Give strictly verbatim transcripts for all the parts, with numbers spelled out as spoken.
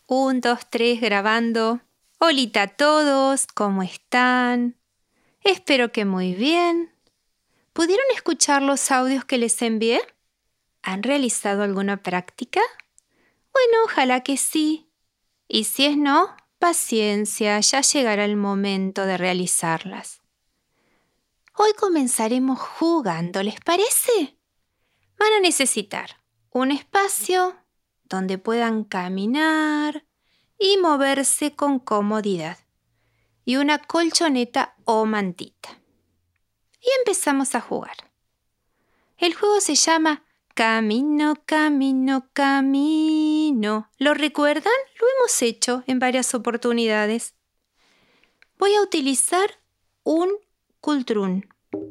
Un, dos, tres, grabando. Holita a todos, ¿cómo están? Espero que muy bien. ¿Pudieron escuchar los audios que les envié? ¿Han realizado alguna práctica? Bueno, ojalá que sí. Y si es no, paciencia, ya llegará el momento de realizarlas. Hoy comenzaremos jugando, ¿les parece? Van a necesitar un espacio donde puedan caminar y moverse con comodidad y una colchoneta o mantita. Y empezamos a jugar. El juego se llama Camino, Camino, Camino. ¿Lo recuerdan? Lo hemos hecho en varias oportunidades. Voy a utilizar un cultrún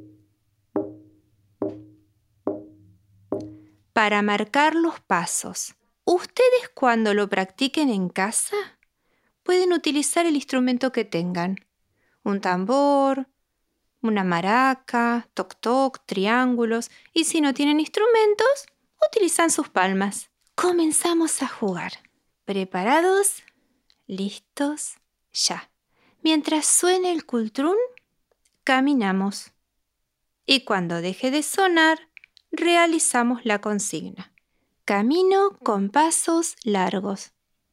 para marcar los pasos. Ustedes, cuando lo practiquen en casa, pueden utilizar el instrumento que tengan. Un tambor, una maraca, toc-toc, triángulos. Y si no tienen instrumentos, utilizan sus palmas. Comenzamos a jugar. ¿Preparados? ¿Listos? Ya. Mientras suene el cultrún, caminamos. Y cuando deje de sonar, realizamos la consigna. Camino con pasos largos.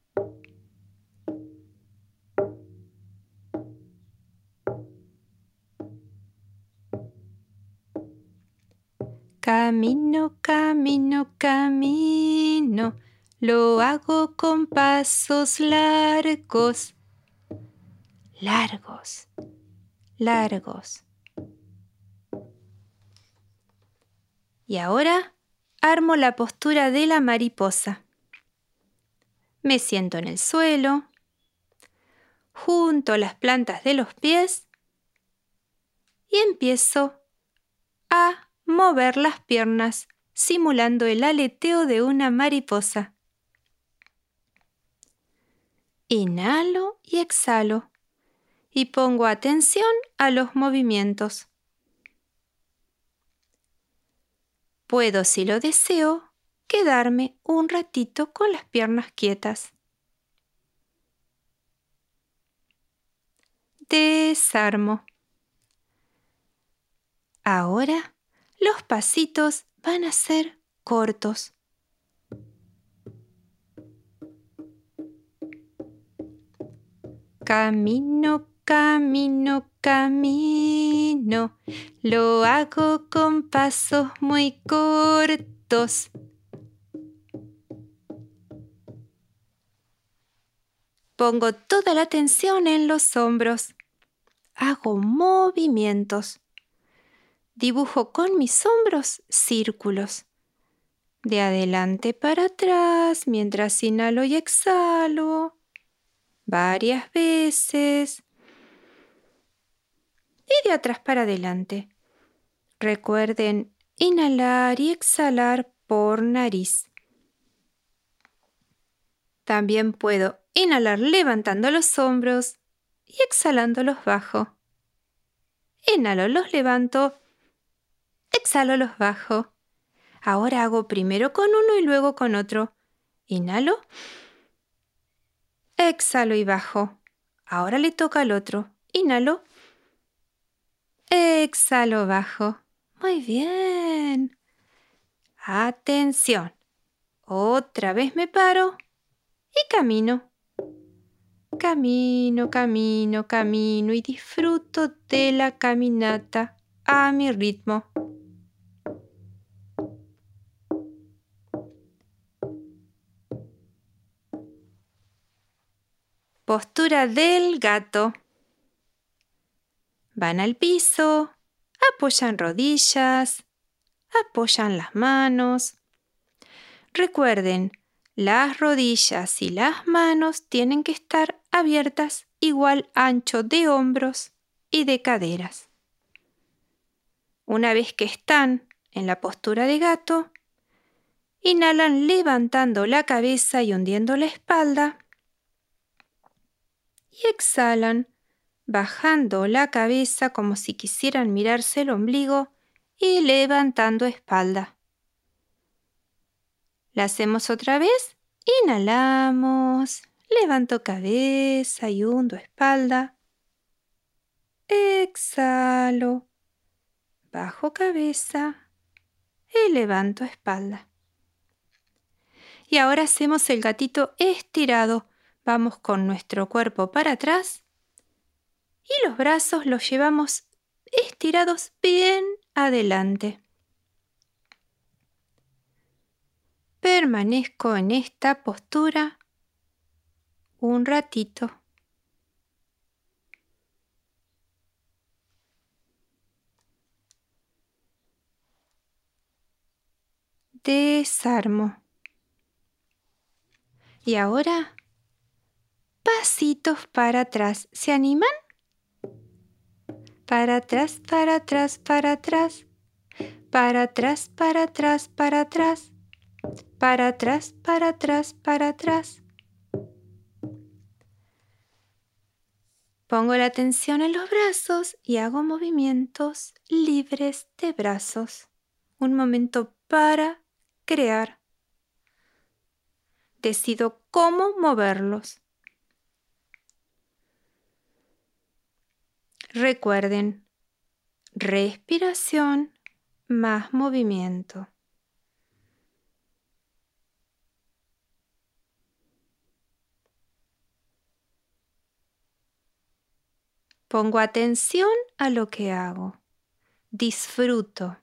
Camino, camino, camino, lo hago con pasos largos, largos, largos. Y ahora armo la postura de la mariposa. Me siento en el suelo, junto las plantas de los pies y empiezo a mover las piernas, simulando el aleteo de una mariposa. Inhalo y exhalo y pongo atención a los movimientos. Puedo, si lo deseo, quedarme un ratito con las piernas quietas. Desarmo. Ahora los pasitos van a ser cortos. Camino, camino, camino, lo hago con pasos muy cortos. Pongo toda la atención en los hombros. Hago movimientos. Dibujo con mis hombros círculos. De adelante para atrás, mientras inhalo y exhalo. Varias veces. Y de atrás para adelante. Recuerden inhalar y exhalar por nariz. También puedo inhalar levantando los hombros y exhalando los bajo. Inhalo, los levanto. Exhalo, los bajo. Ahora hago primero con uno y luego con otro. Inhalo. Exhalo y bajo. Ahora le toca al otro. Inhalo. Exhalo, bajo. Muy bien. Atención. Otra vez me paro y camino. Camino, camino, camino y disfruto de la caminata a mi ritmo. Postura del gato. Van al piso, apoyan rodillas, apoyan las manos. Recuerden, las rodillas y las manos tienen que estar abiertas igual ancho de hombros y de caderas. Una vez que están en la postura de gato, inhalan levantando la cabeza y hundiendo la espalda. Y exhalan bajando la cabeza como si quisieran mirarse el ombligo y levantando espalda. La hacemos otra vez. Inhalamos, Levanto cabeza y hundo espalda. Exhalo. Bajo cabeza y levanto espalda. Y ahora hacemos el gatito estirado. Vamos con nuestro cuerpo para atrás y los brazos los llevamos estirados bien adelante. Permanezco en esta postura un ratito. Desarmo. Y ahora, pasitos para atrás. ¿Se animan? Para atrás, para atrás, para atrás. Para atrás, para atrás, para atrás. Para atrás, para atrás, para atrás. Pongo la atención en los brazos y hago movimientos libres de brazos. Un momento para crear. Decido cómo moverlos. Recuerden, respiración más movimiento. Pongo atención a lo que hago. Disfruto.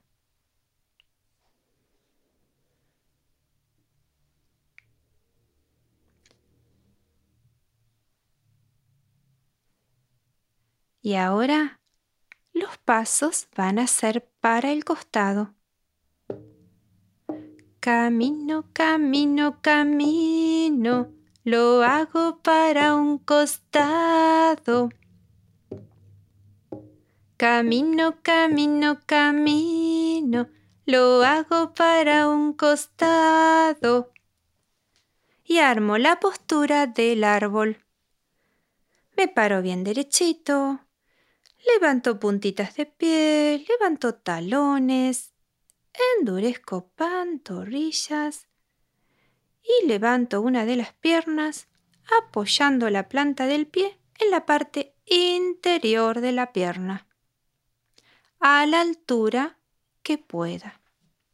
Y ahora los pasos van a ser para el costado. Camino, camino, camino, lo hago para un costado. Camino, camino, camino, lo hago para un costado. Y armo la postura del árbol. Me paro bien derechito. Levanto puntitas de pie, levanto talones, endurezco pantorrillas y levanto una de las piernas apoyando la planta del pie en la parte interior de la pierna, a la altura que pueda.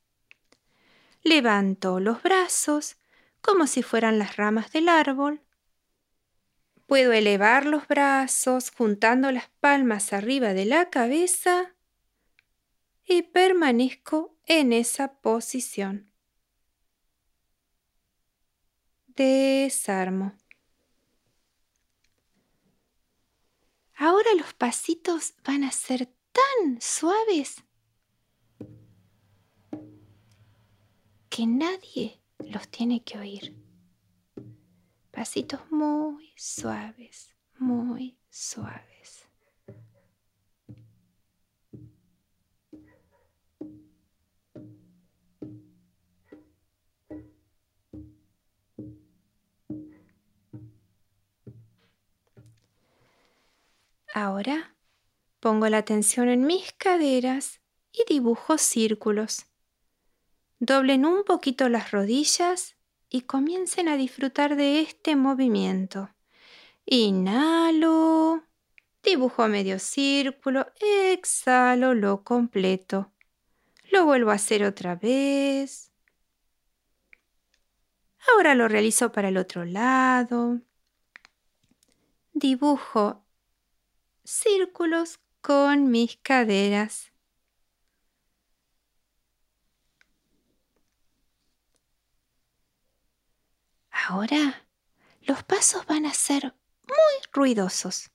Levanto los brazos como si fueran las ramas del árbol. Puedo elevar los brazos juntando las palmas arriba de la cabeza y permanezco en esa posición. Desarmo. Ahora los pasitos van a ser tan suaves que nadie los tiene que oír. Pasitos muy suaves, muy suaves. Ahora pongo la atención en mis caderas y dibujo círculos. Doblen un poquito las rodillas y comiencen a disfrutar de este movimiento. Inhalo, dibujo medio círculo, exhalo, lo completo. Lo vuelvo a hacer otra vez. Ahora lo realizo para el otro lado. Dibujo círculos con mis caderas. Ahora los pasos van a ser muy ruidosos.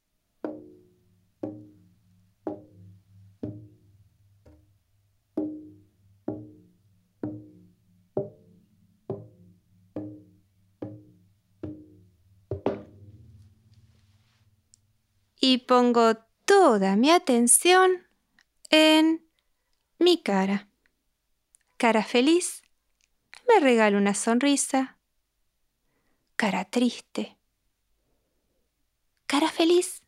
Y pongo toda mi atención en mi cara. Cara feliz, me regalo una sonrisa. Cara triste. Cara feliz.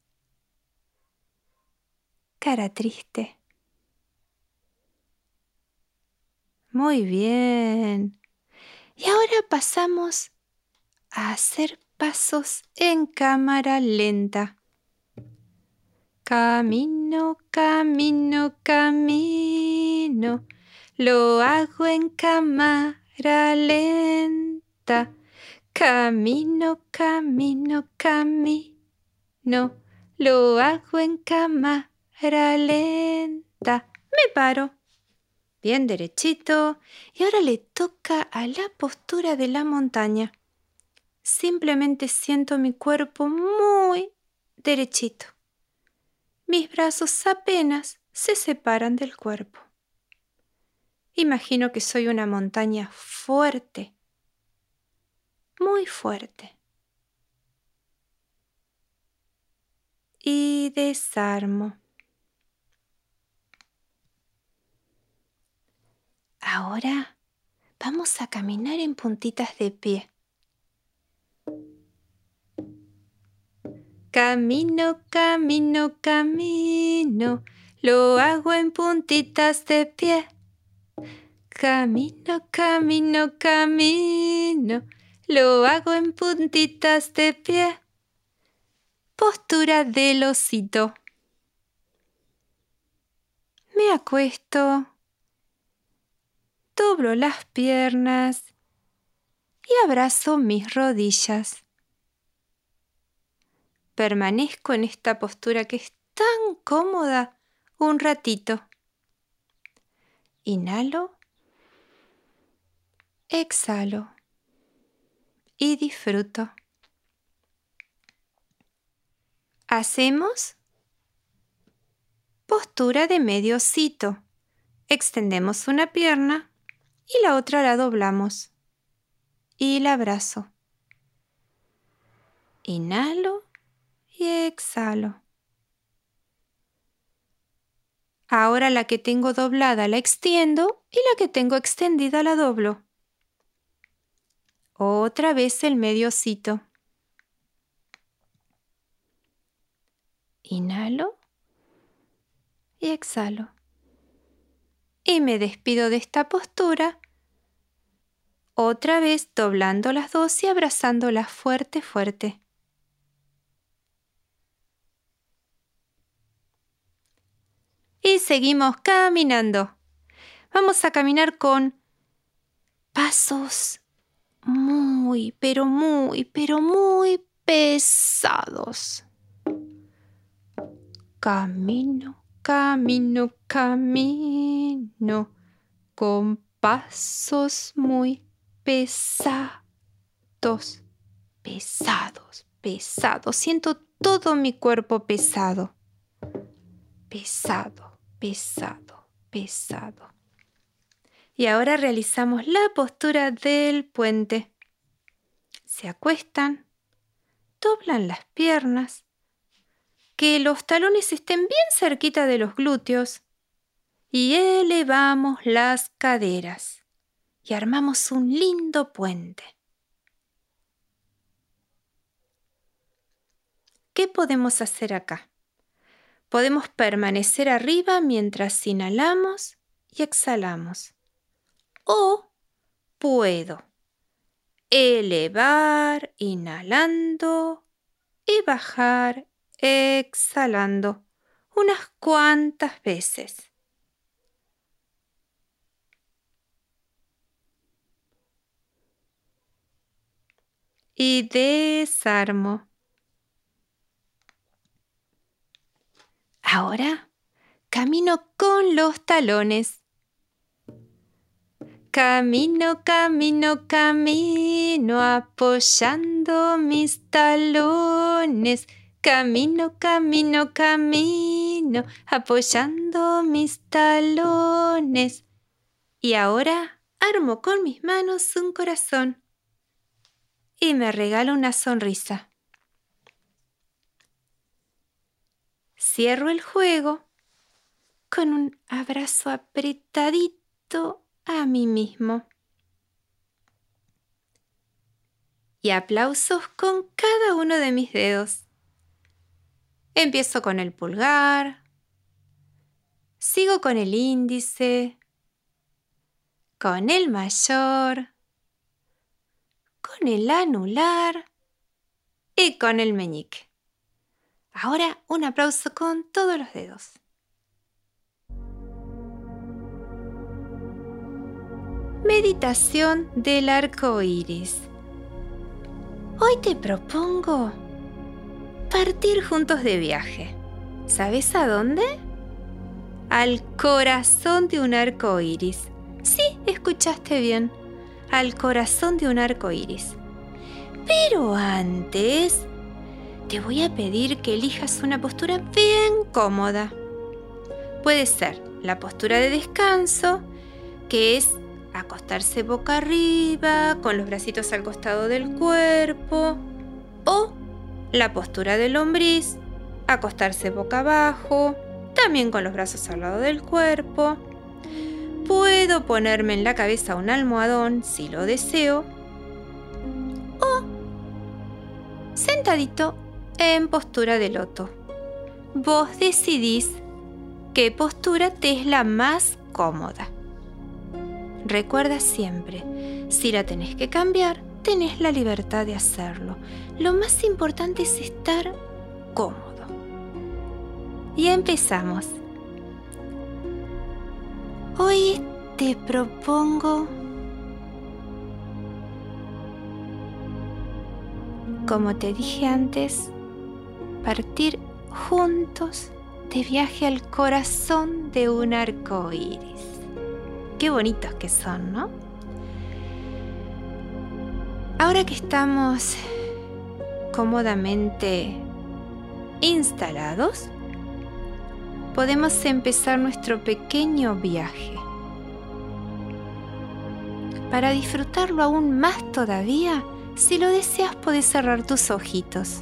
Cara triste. Muy bien. Y ahora pasamos a hacer pasos en cámara lenta. Camino, camino, camino, lo hago en cámara lenta. Camino, camino, camino, lo hago en cámara lenta. Me paro, bien derechito, y ahora le toca a la postura de la montaña. Simplemente siento mi cuerpo muy derechito. Mis brazos apenas se separan del cuerpo. Imagino que soy una montaña fuerte, muy fuerte. Y desarmo. Ahora vamos a caminar en puntitas de pie. Camino, camino, camino, lo hago en puntitas de pie. Camino, camino, camino, lo hago en puntitas de pie. Postura del osito. Me acuesto, doblo las piernas y abrazo mis rodillas. Permanezco en esta postura que es tan cómoda un ratito. Inhalo, exhalo y disfruto. Hacemos postura de medio osito. Extendemos una pierna y la otra la doblamos. Y la abrazo. Inhalo y exhalo. Ahora la que tengo doblada la extiendo y la que tengo extendida la doblo. Otra vez el medio osito. Inhalo y exhalo. Y me despido de esta postura, otra vez doblando las dos y abrazándolas fuerte, fuerte. Y seguimos caminando. Vamos a caminar con pasos muy, pero muy, pero muy pesados. Camino, camino, camino, con pasos muy pesados, pesados, pesados. Siento todo mi cuerpo pesado, pesado, pesado, pesado. Y ahora realizamos la postura del puente. Se acuestan, doblan las piernas, que los talones estén bien cerquita de los glúteos y elevamos las caderas y armamos un lindo puente. ¿Qué podemos hacer acá? Podemos permanecer arriba mientras inhalamos y exhalamos. O puedo elevar inhalando y bajar exhalando unas cuantas veces. Y desarmo. Ahora camino con los talones. Camino, camino, camino, apoyando mis talones. Camino, camino, camino, apoyando mis talones. Y ahora armo con mis manos un corazón y me regalo una sonrisa. Cierro el juego con un abrazo apretadito a mí mismo. Y aplausos con cada uno de mis dedos. Empiezo con el pulgar, sigo con el índice, con el mayor, con el anular y con el meñique. Ahora un aplauso con todos los dedos. Meditación del arco iris. Hoy te propongo partir juntos de viaje. ¿Sabes a dónde? Al corazón de un arco iris. Sí, escuchaste bien. Al corazón de un arco iris. Pero antes, te voy a pedir que elijas una postura bien cómoda. Puede ser la postura de descanso, que es acostarse boca arriba, con los bracitos al costado del cuerpo, o la postura del lombriz, acostarse boca abajo, también con los brazos al lado del cuerpo. Puedo ponerme en la cabeza un almohadón si lo deseo, o sentadito en postura de loto. Vos decidís qué postura te es la más cómoda. Recuerda siempre, si la tenés que cambiar, tenés la libertad de hacerlo. Lo más importante es estar cómodo. Y empezamos. Hoy te propongo, como te dije antes, partir juntos de viaje al corazón de un arco iris. Qué bonitos que son, ¿no? Ahora que estamos cómodamente instalados, podemos empezar nuestro pequeño viaje. Para disfrutarlo aún más todavía, si lo deseas, puedes cerrar tus ojitos.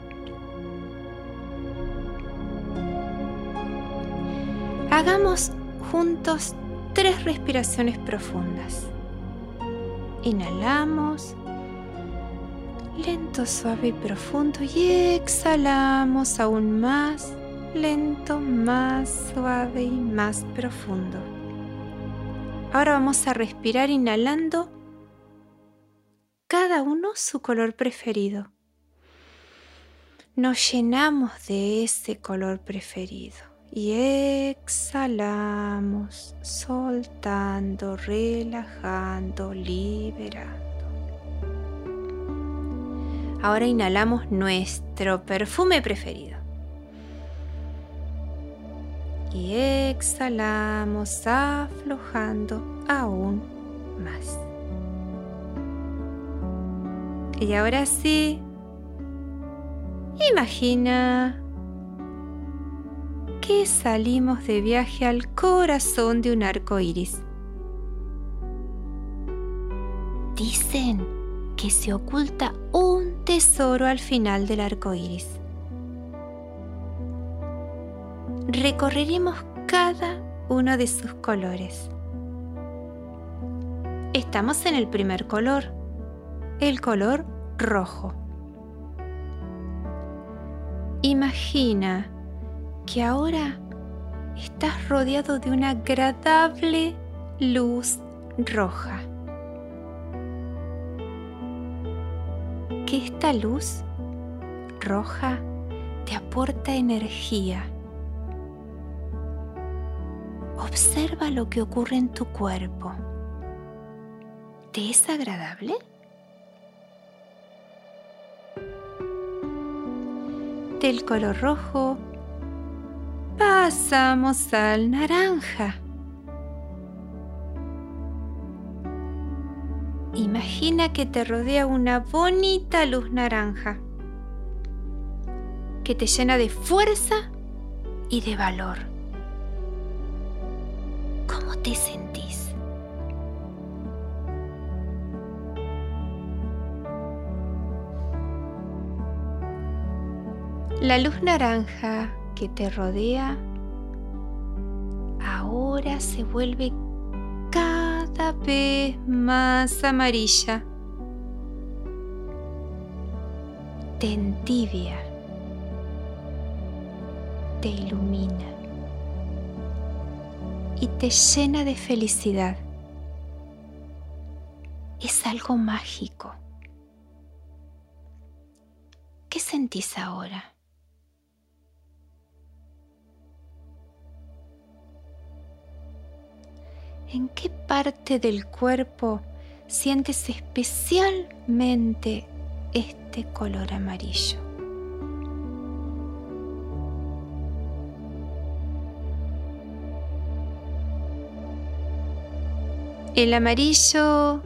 Hagamos juntos tres respiraciones profundas. Inhalamos, lento, suave y profundo, y exhalamos aún más, lento, más suave y más profundo. Ahora vamos a respirar inhalando cada uno su color preferido. Nos llenamos de ese color preferido. Y exhalamos, soltando, relajando, liberando. Ahora inhalamos nuestro perfume preferido. Y exhalamos, aflojando aún más. Y ahora sí, imagina que salimos de viaje al corazón de un arco iris. Dicen que se oculta un tesoro al final del arco iris. Recorreremos cada uno de sus colores. Estamos en el primer color, el color rojo. Imagina que ahora estás rodeado de una agradable luz roja. Que esta luz roja te aporta energía. Observa lo que ocurre en tu cuerpo. ¿Te es agradable? Del color rojo pasamos al naranja. Imagina que te rodea una bonita luz naranja que te llena de fuerza y de valor. ¿Cómo te sentís? La luz naranja que te rodea ahora se vuelve cada vez más amarilla. Te entibia, te ilumina y te llena de felicidad. Es algo mágico. ¿Qué sentís ahora? ¿En qué parte del cuerpo sientes especialmente este color amarillo? El amarillo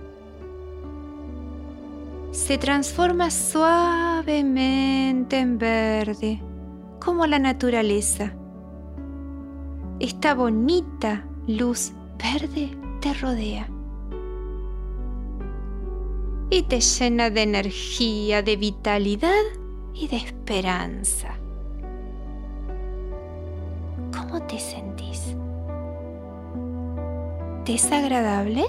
se transforma suavemente en verde, como la naturaleza. Esta bonita luz verde te rodea y te llena de energía, de vitalidad y de esperanza. ¿Cómo te sentís? ¿Te es agradable?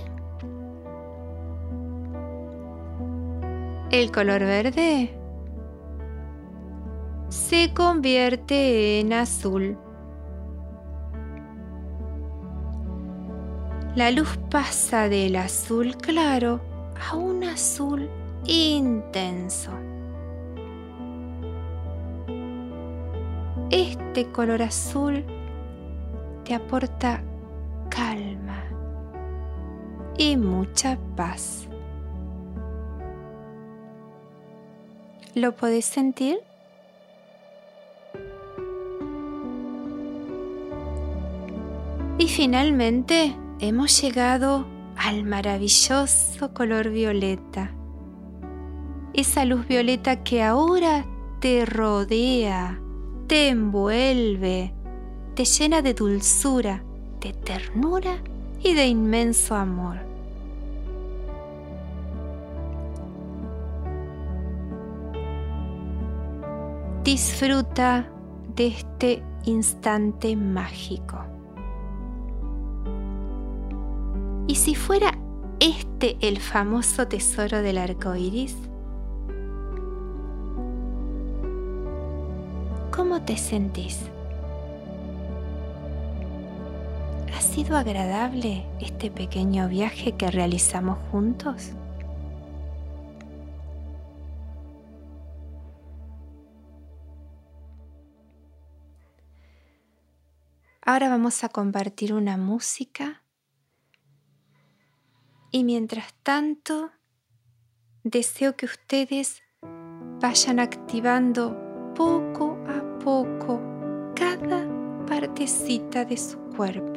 El color verde se convierte en azul. La luz pasa del azul claro a un azul intenso. Este color azul te aporta calma y mucha paz. ¿Lo podés sentir? Y finalmente hemos llegado al maravilloso color violeta. Esa luz violeta que ahora te rodea, te envuelve, te llena de dulzura, de ternura y de inmenso amor. Disfruta de este instante mágico. ¿Y si fuera este el famoso tesoro del arco iris? ¿Cómo te sentís? ¿Ha sido agradable este pequeño viaje que realizamos juntos? Ahora vamos a compartir una música y mientras tanto deseo que ustedes vayan activando poco a poco cada partecita de su cuerpo.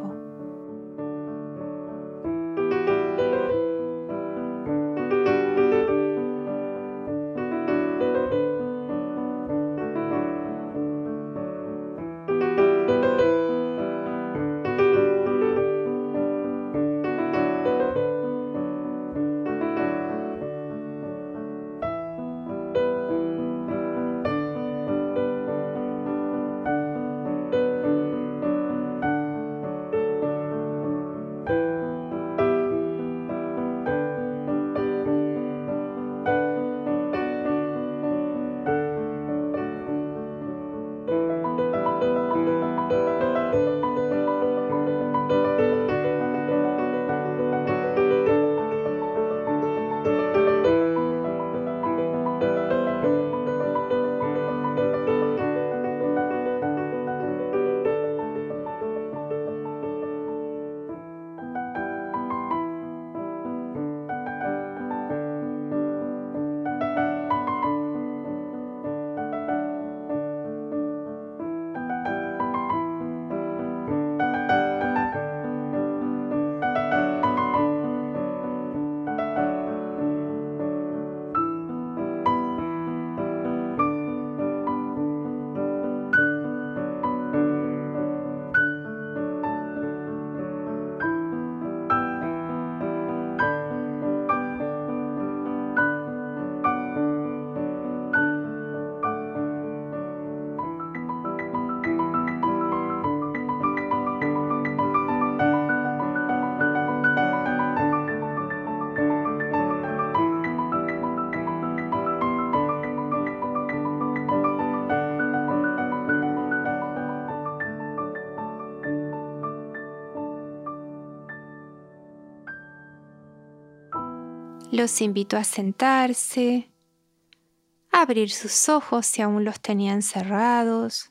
Los invito a sentarse, a abrir sus ojos si aún los tenían cerrados.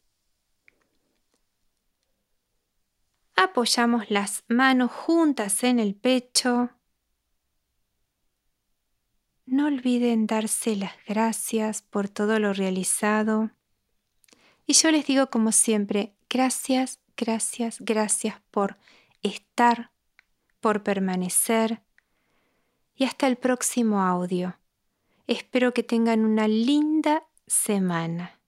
Apoyamos las manos juntas en el pecho. No olviden darse las gracias por todo lo realizado. Y yo les digo como siempre, gracias, gracias, gracias por estar, por permanecer. Y hasta el próximo audio. Espero que tengan una linda semana.